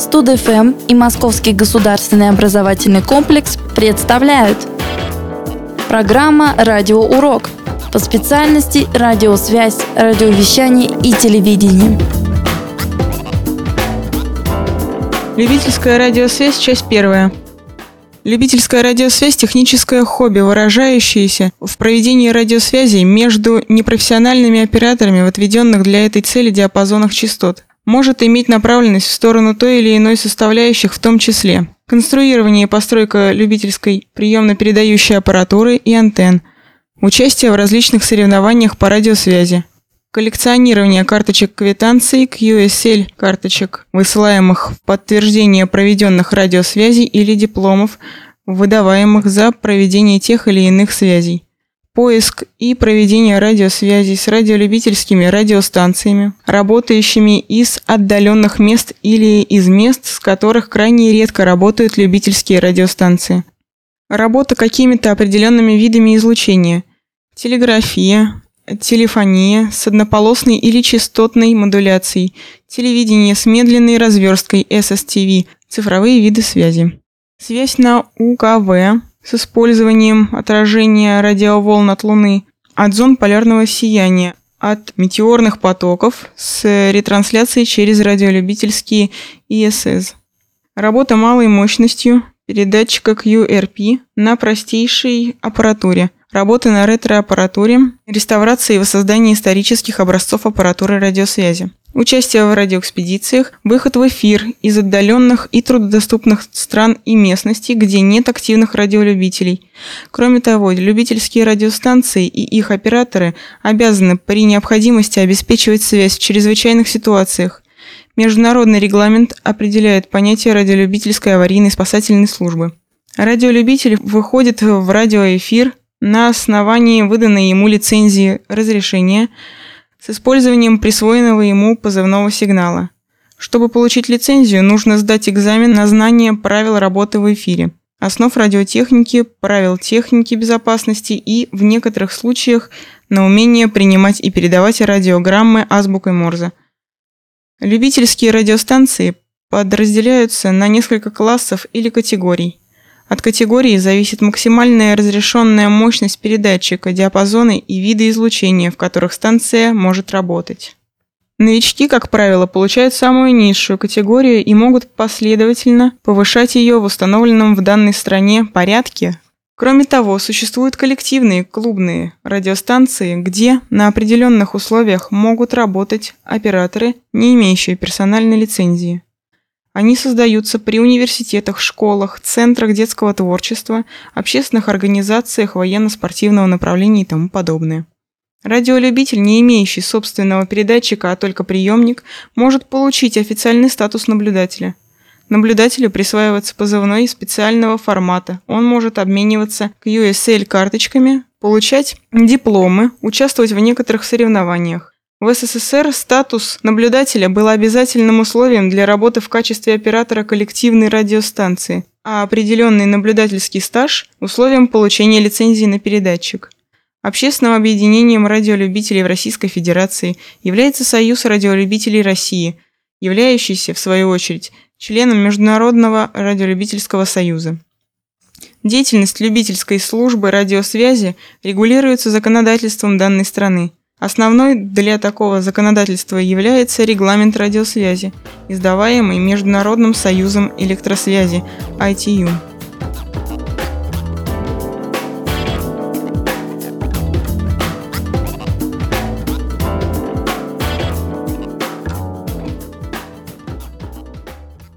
Студ.ФМ и Московский государственный образовательный комплекс представляют программа «Радиоурок» по специальности радиосвязь, радиовещание и телевидение. Любительская радиосвязь, часть 1. Любительская радиосвязь – техническое хобби, выражающееся в проведении радиосвязи между непрофессиональными операторами в отведенных для этой цели диапазонах частот. Может иметь направленность в сторону той или иной составляющих, в том числе конструирование и постройка любительской приемно-передающей аппаратуры и антенн, участие в различных соревнованиях по радиосвязи, коллекционирование карточек квитанций, QSL карточек, высылаемых в подтверждение проведенных радиосвязей или дипломов, выдаваемых за проведение тех или иных связей, поиск и проведение радиосвязей с радиолюбительскими радиостанциями, работающими из отдаленных мест или из мест, с которых крайне редко работают любительские радиостанции. Работа какими-то определенными видами излучения, телеграфия, телефония с однополосной или частотной модуляцией, телевидение с медленной разверсткой SSTV, цифровые виды связи. Связь на УКВ с использованием отражения радиоволн от Луны, от зон полярного сияния, от метеорных потоков с ретрансляцией через радиолюбительские ИСС. Работа малой мощностью передатчика QRP на простейшей аппаратуре. Работа на ретро-аппаратуре, реставрация и воссоздание исторических образцов аппаратуры радиосвязи. Участие в радиоэкспедициях, выход в эфир из отдаленных и труднодоступных стран и местностей, где нет активных радиолюбителей. Кроме того, любительские радиостанции и их операторы обязаны при необходимости обеспечивать связь в чрезвычайных ситуациях. Международный регламент определяет понятие радиолюбительской аварийной спасательной службы. Радиолюбитель выходит в радиоэфир на основании выданной ему лицензии разрешения с использованием присвоенного ему позывного сигнала. Чтобы получить лицензию, нужно сдать экзамен на знание правил работы в эфире, основ радиотехники, правил техники безопасности и, в некоторых случаях, на умение принимать и передавать радиограммы азбукой Морзе. Любительские радиостанции подразделяются на несколько классов или категорий. От категории зависит максимальная разрешенная мощность передатчика, диапазоны и виды излучения, в которых станция может работать. Новички, как правило, получают самую низшую категорию и могут последовательно повышать ее в установленном в данной стране порядке. Кроме того, существуют коллективные клубные радиостанции, где на определенных условиях могут работать операторы, не имеющие персональной лицензии. Они создаются при университетах, школах, центрах детского творчества, общественных организациях военно-спортивного направления и тому подобное. Радиолюбитель, не имеющий собственного передатчика, а только приемник, может получить официальный статус наблюдателя. Наблюдателю присваивается позывной специального формата. Он может обмениваться QSL-карточками, получать дипломы, участвовать в некоторых соревнованиях. В СССР статус наблюдателя был обязательным условием для работы в качестве оператора коллективной радиостанции, а определенный наблюдательский стаж – условием получения лицензии на передатчик. Общественным объединением радиолюбителей в Российской Федерации является Союз радиолюбителей России, являющийся, в свою очередь, членом Международного радиолюбительского союза. Деятельность любительской службы радиосвязи регулируется законодательством данной страны. Основной для такого законодательства является регламент радиосвязи, издаваемый Международным союзом электросвязи ITU.